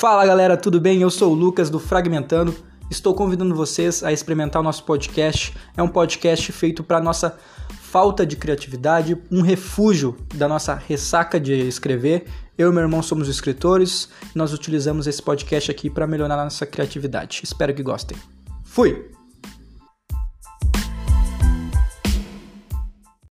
Fala galera, tudo bem? Eu sou o Lucas do Fragmentando. Estou convidando vocês a experimentar o nosso podcast. É um podcast feito para nossa falta de criatividade, um refúgio da nossa ressaca de escrever. Eu e meu irmão somos escritores e nós utilizamos esse podcast aqui para melhorar a nossa criatividade. Espero que gostem. Fui!